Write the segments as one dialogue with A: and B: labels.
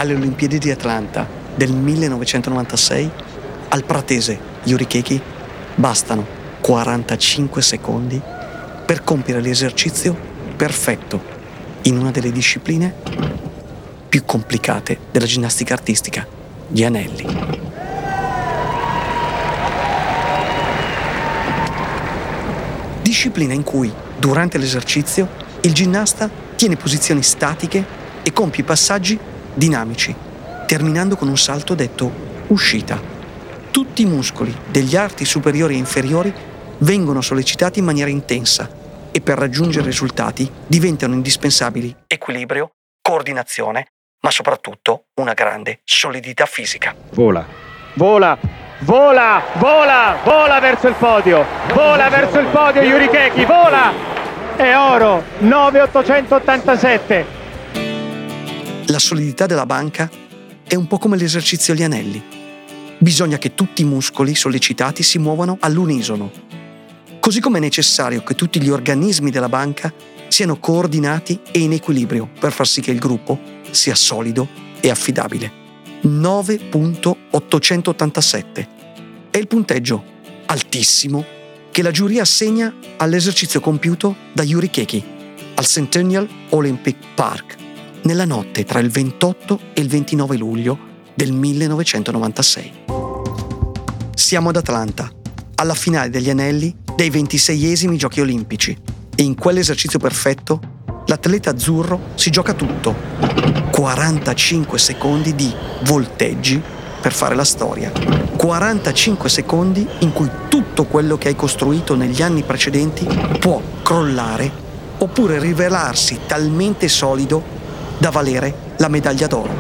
A: alle Olimpiadi di Atlanta del 1996, al pratese Yuri Keki bastano 45 secondi per compiere l'esercizio perfetto in una delle discipline più complicate della ginnastica artistica, gli anelli. Disciplina in cui, durante l'esercizio, il ginnasta tiene posizioni statiche e compie passaggi dinamici, terminando con un salto detto uscita. Tutti i muscoli degli arti superiori e inferiori vengono sollecitati in maniera intensa e per raggiungere risultati diventano indispensabili equilibrio, coordinazione, ma soprattutto una grande solidità fisica.
B: Vola verso il podio! Vola verso il podio Yuri Keki, vola! È oro, 9.887.
A: La solidità della banca è un po' come l'esercizio agli anelli. Bisogna che tutti i muscoli sollecitati si muovano all'unisono. Così come è necessario che tutti gli organismi della banca siano coordinati e in equilibrio per far sì che il gruppo sia solido e affidabile. 9.887 è il punteggio altissimo che la giuria assegna all'esercizio compiuto da Yuri Keki al Centennial Olympic Park nella notte tra il 28 e il 29 luglio del 1996. Siamo ad Atlanta, alla finale degli anelli dei 26esimi Giochi Olimpici, e in quell'esercizio perfetto l'atleta azzurro si gioca tutto. 45 secondi di volteggi per fare la storia. 45 secondi in cui tutto quello che hai costruito negli anni precedenti può crollare oppure rivelarsi talmente solido da valere la medaglia d'oro.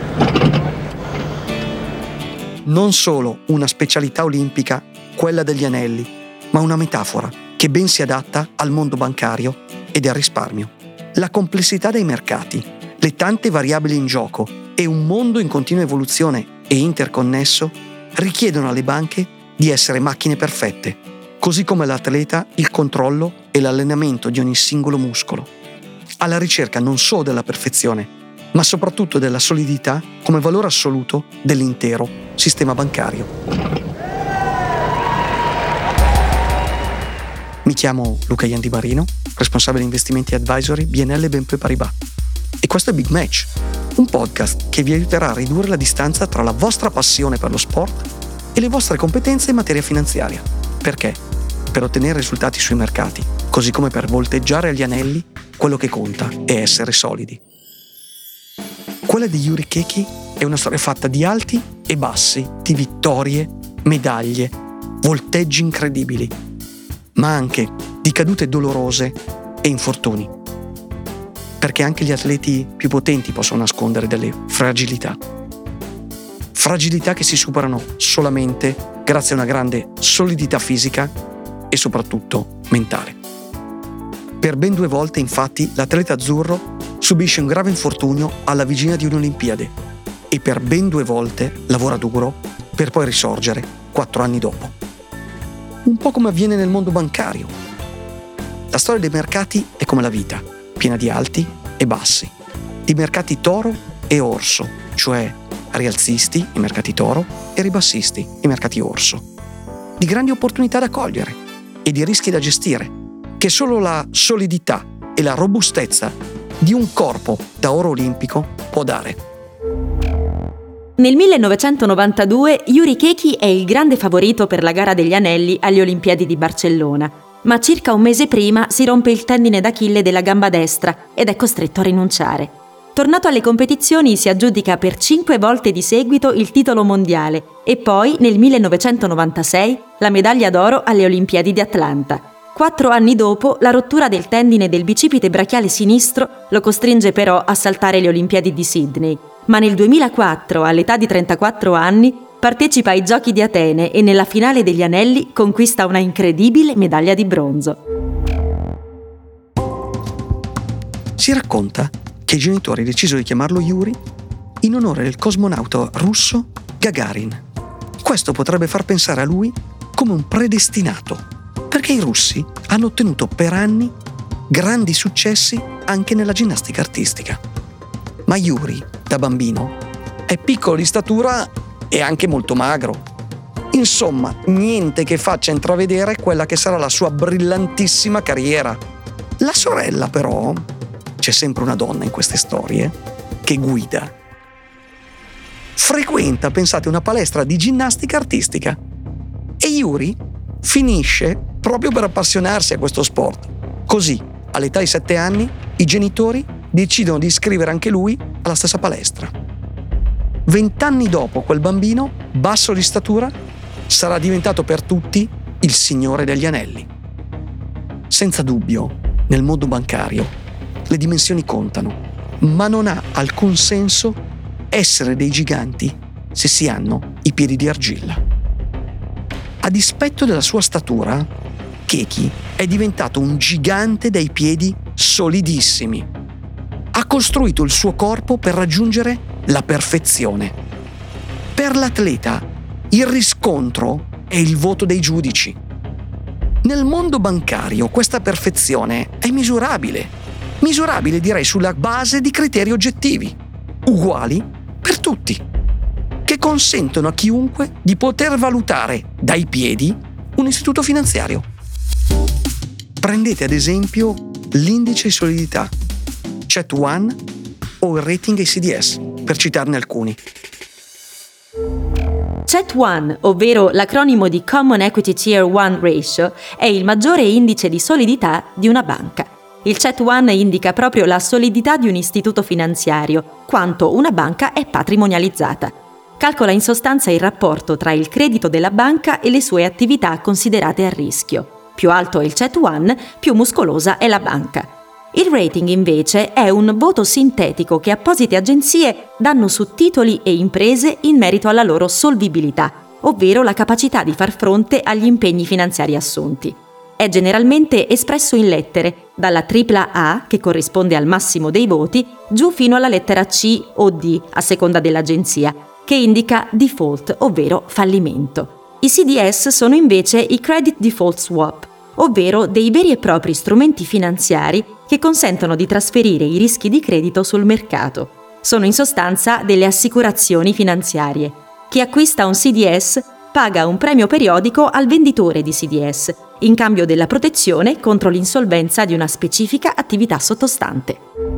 A: Non solo una specialità olimpica, quella degli anelli, ma una metafora che ben si adatta al mondo bancario e del risparmio. La complessità dei mercati, le tante variabili in gioco e un mondo in continua evoluzione e interconnesso richiedono alle banche di essere macchine perfette, così come l'atleta il controllo e l'allenamento di ogni singolo muscolo, alla ricerca non solo della perfezione, ma soprattutto della solidità come valore assoluto dell'intero sistema bancario. Mi chiamo Luca Iandi Marino, responsabile investimenti advisory BNL BNP Paribas. E questo è Big Match, un podcast che vi aiuterà a ridurre la distanza tra la vostra passione per lo sport e le vostre competenze in materia finanziaria. Perché? Per ottenere risultati sui mercati, così come per volteggiare agli anelli, quello che conta è essere solidi. Quella di Yuri Keki è una storia fatta di alti e bassi, di vittorie, medaglie, volteggi incredibili, ma anche di cadute dolorose e infortuni. Perché anche gli atleti più potenti possono nascondere delle fragilità. Fragilità che si superano solamente grazie a una grande solidità fisica e soprattutto mentale. Per ben 2 volte, infatti, l'atleta azzurro subisce un grave infortunio alla vigilia di un'Olimpiade e per ben 2 volte lavora duro per poi risorgere 4 anni dopo. Un po' come avviene nel mondo bancario. La storia dei mercati è come la vita, piena di alti e bassi, di mercati toro e orso, cioè rialzisti, i mercati toro, e ribassisti, i mercati orso, di grandi opportunità da cogliere e di rischi da gestire, che solo la solidità e la robustezza di un corpo da oro olimpico può dare.
C: Nel 1992 Yuri Keki è il grande favorito per la gara degli anelli alle Olimpiadi di Barcellona, ma circa un mese prima si rompe il tendine d'Achille della gamba destra ed è costretto a rinunciare. Tornato alle competizioni si aggiudica per 5 volte di seguito il titolo mondiale e poi nel 1996 la medaglia d'oro alle Olimpiadi di Atlanta. 4 anni dopo la rottura del tendine del bicipite brachiale sinistro lo costringe però a saltare le Olimpiadi di Sydney, ma nel 2004, all'età di 34 anni, partecipa ai Giochi di Atene e nella finale degli anelli conquista una incredibile medaglia di bronzo.
A: Si racconta che i genitori decisero di chiamarlo Yuri in onore del cosmonauta russo Gagarin. Questo potrebbe far pensare a lui come un predestinato, perché i russi hanno ottenuto per anni grandi successi anche nella ginnastica artistica. Ma Yuri, da bambino, È piccolo di statura e anche molto magro. Insomma, niente che faccia intravedere quella che sarà la sua brillantissima carriera. La sorella, però, c'è sempre una donna in queste storie, che guida. Frequenta, pensate, una palestra di ginnastica artistica. E Yuri finisce proprio per appassionarsi a questo sport. Così, all'età di 7 anni, i genitori decidono di iscrivere anche lui alla stessa palestra. 20 anni dopo, quel bambino, basso di statura, sarà diventato per tutti il signore degli anelli. Senza dubbio, nel mondo bancario, le dimensioni contano, ma non ha alcun senso essere dei giganti se si hanno i piedi di argilla. A dispetto della sua statura, Keki è diventato un gigante dai piedi solidissimi. Ha costruito il suo corpo per raggiungere la perfezione. Per l'atleta, il riscontro è il voto dei giudici. Nel mondo bancario questa perfezione è misurabile. Misurabile, direi, sulla base di criteri oggettivi, uguali per tutti, che consentono a chiunque di poter valutare dai piedi un istituto finanziario. Prendete ad esempio l'indice di solidità, CET1 o il rating ACDS, per citarne alcuni.
C: CET1, ovvero l'acronimo di Common Equity Tier 1 Ratio, è il maggiore indice di solidità di una banca. Il CET1 indica proprio la solidità di un istituto finanziario, quanto una banca è patrimonializzata. Calcola in sostanza il rapporto tra il credito della banca e le sue attività considerate a rischio. Più alto è il CET1, più muscolosa è la banca. Il rating, invece, è un voto sintetico che apposite agenzie danno su titoli e imprese in merito alla loro solvibilità, ovvero la capacità di far fronte agli impegni finanziari assunti. È generalmente espresso in lettere, dalla AAA, che corrisponde al massimo dei voti, giù fino alla lettera C o D, a seconda dell'agenzia, che indica default, ovvero fallimento. I CDS sono invece i Credit Default Swap, ovvero dei veri e propri strumenti finanziari che consentono di trasferire i rischi di credito sul mercato. Sono in sostanza delle assicurazioni finanziarie. Chi acquista un CDS paga un premio periodico al venditore di CDS, in cambio della protezione contro l'insolvenza di una specifica attività sottostante.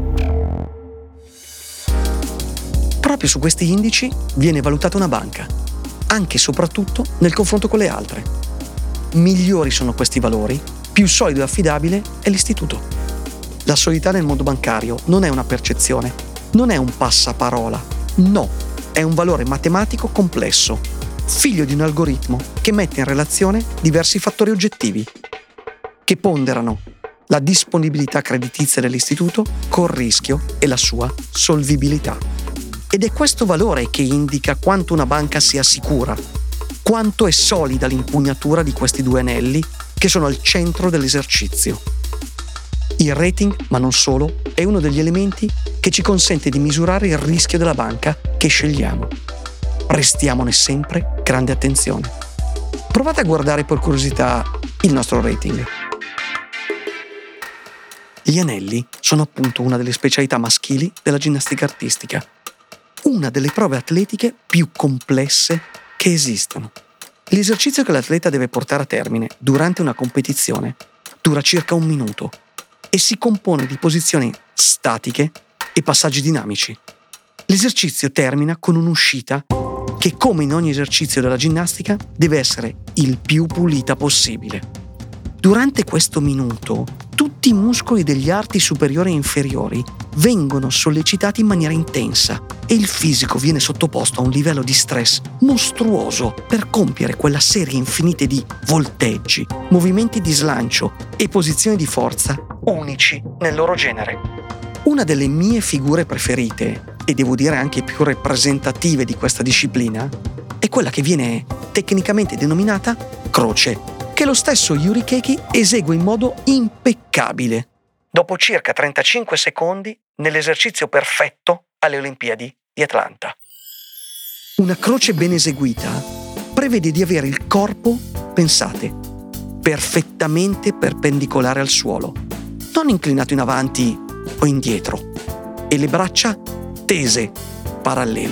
A: Proprio su questi indici viene valutata una banca, anche e soprattutto nel confronto con le altre. Migliori sono questi valori, più solido e affidabile è l'istituto. La solidità nel mondo bancario non è una percezione, non è un passaparola, no, è un valore matematico complesso, figlio di un algoritmo che mette in relazione diversi fattori oggettivi, che ponderano la disponibilità creditizia dell'istituto col rischio e la sua solvibilità. Ed è questo valore che indica quanto una banca sia sicura, quanto è solida l'impugnatura di questi due anelli che sono al centro dell'esercizio. Il rating, ma non solo, è uno degli elementi che ci consente di misurare il rischio della banca che scegliamo. Prestiamone sempre grande attenzione. Provate a guardare per curiosità il nostro rating. Gli anelli sono appunto una delle specialità maschili della ginnastica artistica, una delle prove atletiche più complesse che esistano. L'esercizio che l'atleta deve portare a termine durante una competizione dura circa 1 minuto e si compone di posizioni statiche e passaggi dinamici. L'esercizio termina con un'uscita che, come in ogni esercizio della ginnastica, deve essere il più pulita possibile. Durante questo minuto, tutti i muscoli degli arti superiori e inferiori vengono sollecitati in maniera intensa e il fisico viene sottoposto a un livello di stress mostruoso per compiere quella serie infinita di volteggi, movimenti di slancio e posizioni di forza unici nel loro genere. Una delle mie figure preferite, e devo dire anche più rappresentative di questa disciplina, è quella che viene tecnicamente denominata croce, che lo stesso Yuri Keki esegue in modo impeccabile, dopo circa 35 secondi nell'esercizio perfetto alle Olimpiadi di Atlanta. Una croce ben eseguita prevede di avere il corpo, pensate, perfettamente perpendicolare al suolo, non inclinato in avanti o indietro, e le braccia tese, parallele,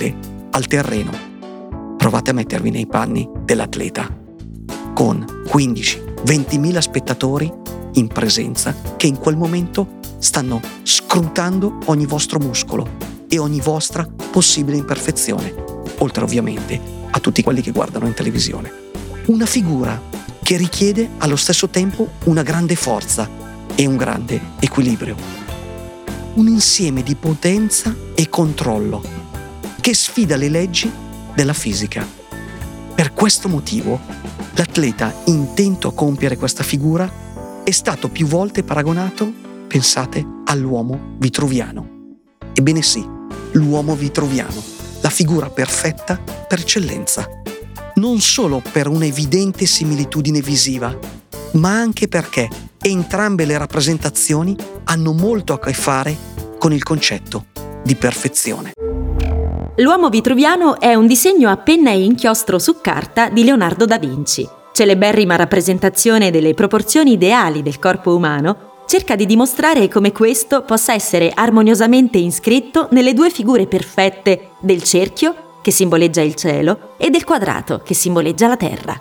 A: al terreno. Provate a mettervi nei panni dell'atleta, con 15-20.000 spettatori in presenza che in quel momento stanno scrutando ogni vostro muscolo e ogni vostra possibile imperfezione, oltre ovviamente a tutti quelli che guardano in televisione. Una figura che richiede allo stesso tempo una grande forza e un grande equilibrio. Un insieme di potenza e controllo che sfida le leggi della fisica. Per questo motivo, l'atleta intento a compiere questa figura è stato più volte paragonato, pensate, all'uomo vitruviano. Ebbene sì, l'uomo vitruviano, la figura perfetta per eccellenza. Non solo per un'evidente similitudine visiva, ma anche perché entrambe le rappresentazioni hanno molto a che fare con il concetto di perfezione.
C: L'uomo vitruviano è un disegno a penna e inchiostro su carta di Leonardo da Vinci. Celeberrima rappresentazione delle proporzioni ideali del corpo umano, cerca di dimostrare come questo possa essere armoniosamente inscritto nelle due figure perfette del cerchio, che simboleggia il cielo, e del quadrato, che simboleggia la terra.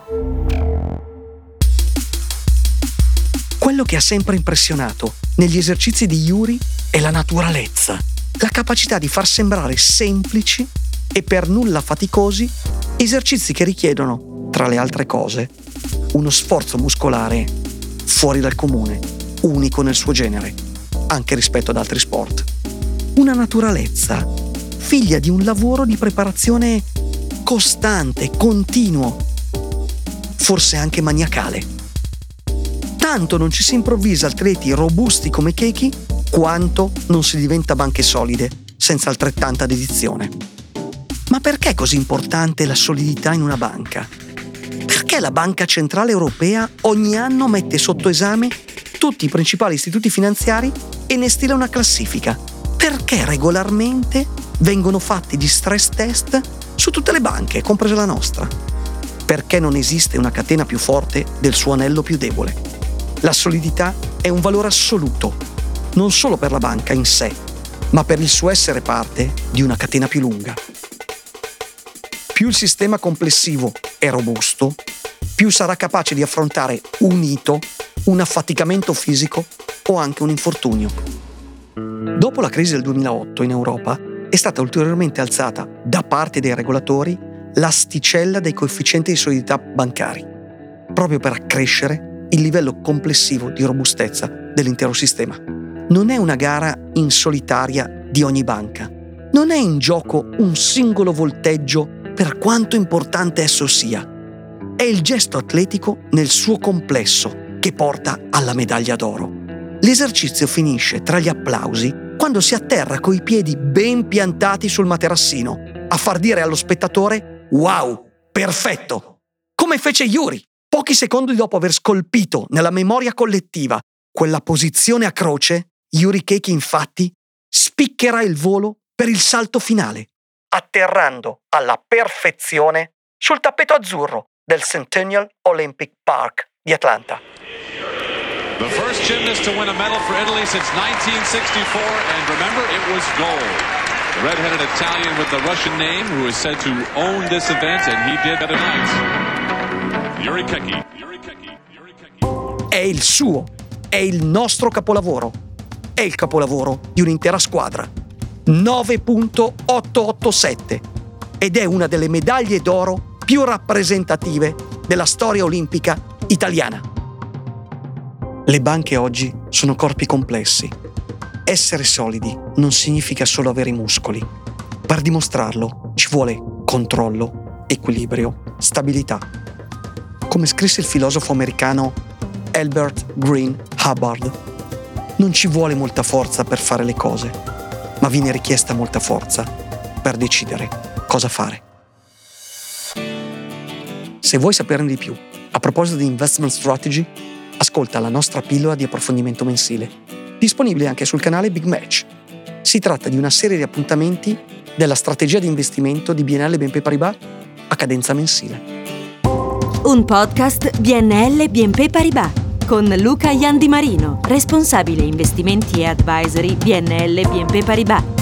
A: Quello che ha sempre impressionato negli esercizi di Yuri è la naturalezza, la capacità di far sembrare semplici e per nulla faticosi esercizi che richiedono, tra le altre cose, uno sforzo muscolare fuori dal comune, unico nel suo genere, anche rispetto ad altri sport. Una naturalezza figlia di un lavoro di preparazione costante, continuo, forse anche maniacale. Tanto non ci si improvvisa atleti robusti come Keiki, quanto non si diventa banche solide senza altrettanta dedizione. Ma perché è così importante la solidità in una banca? Perché la Banca Centrale Europea ogni anno mette sotto esame tutti i principali istituti finanziari e ne stila una classifica? Perché regolarmente vengono fatti gli stress test su tutte le banche, compresa la nostra? Perché non esiste una catena più forte del suo anello più debole. La solidità è un valore assoluto, non solo per la banca in sé, ma per il suo essere parte di una catena più lunga. Più il sistema complessivo è robusto, più sarà capace di affrontare unito un affaticamento fisico o anche un infortunio. Dopo la crisi del 2008 in Europa è stata ulteriormente alzata da parte dei regolatori l'asticella dei coefficienti di solidità bancari, proprio per accrescere il livello complessivo di robustezza dell'intero sistema. Non è una gara in solitaria di ogni banca. Non è in gioco un singolo volteggio per quanto importante esso sia. È il gesto atletico nel suo complesso che porta alla medaglia d'oro. L'esercizio finisce tra gli applausi quando si atterra coi piedi ben piantati sul materassino, a far dire allo spettatore «Wow, perfetto!» Come fece Yuri, pochi secondi dopo aver scolpito nella memoria collettiva quella posizione a croce. Yuri Keiki infatti spiccherà il volo per il salto finale, atterrando alla perfezione sul tappeto azzurro del Centennial Olympic Park di Atlanta.
D: The first gymnast to win a medal for Italy since 1964, and remember, it was gold. The red-headed Italian with the Russian name, who is said to own this event, and he did the night. Yuri Keiki.
A: È il suo, è il nostro capolavoro, è il capolavoro di un'intera squadra. 9.887 ed è una delle medaglie d'oro più rappresentative della storia olimpica italiana. Le banche oggi sono corpi complessi. Essere solidi non significa solo avere i muscoli. Per dimostrarlo ci vuole controllo, equilibrio, stabilità. Come scrisse il filosofo americano Albert Green Hubbard, non ci vuole molta forza per fare le cose, ma viene richiesta molta forza per decidere cosa fare. Se vuoi saperne di più a proposito di investment strategy, ascolta la nostra pillola di approfondimento mensile, disponibile anche sul canale Big Match. Si tratta di una serie di appuntamenti della strategia di investimento di BNL BNP Paribas a cadenza mensile.
C: Un podcast BNL BNP Paribas con Luca Iandimarino, responsabile investimenti e advisory BNL BNP Paribas.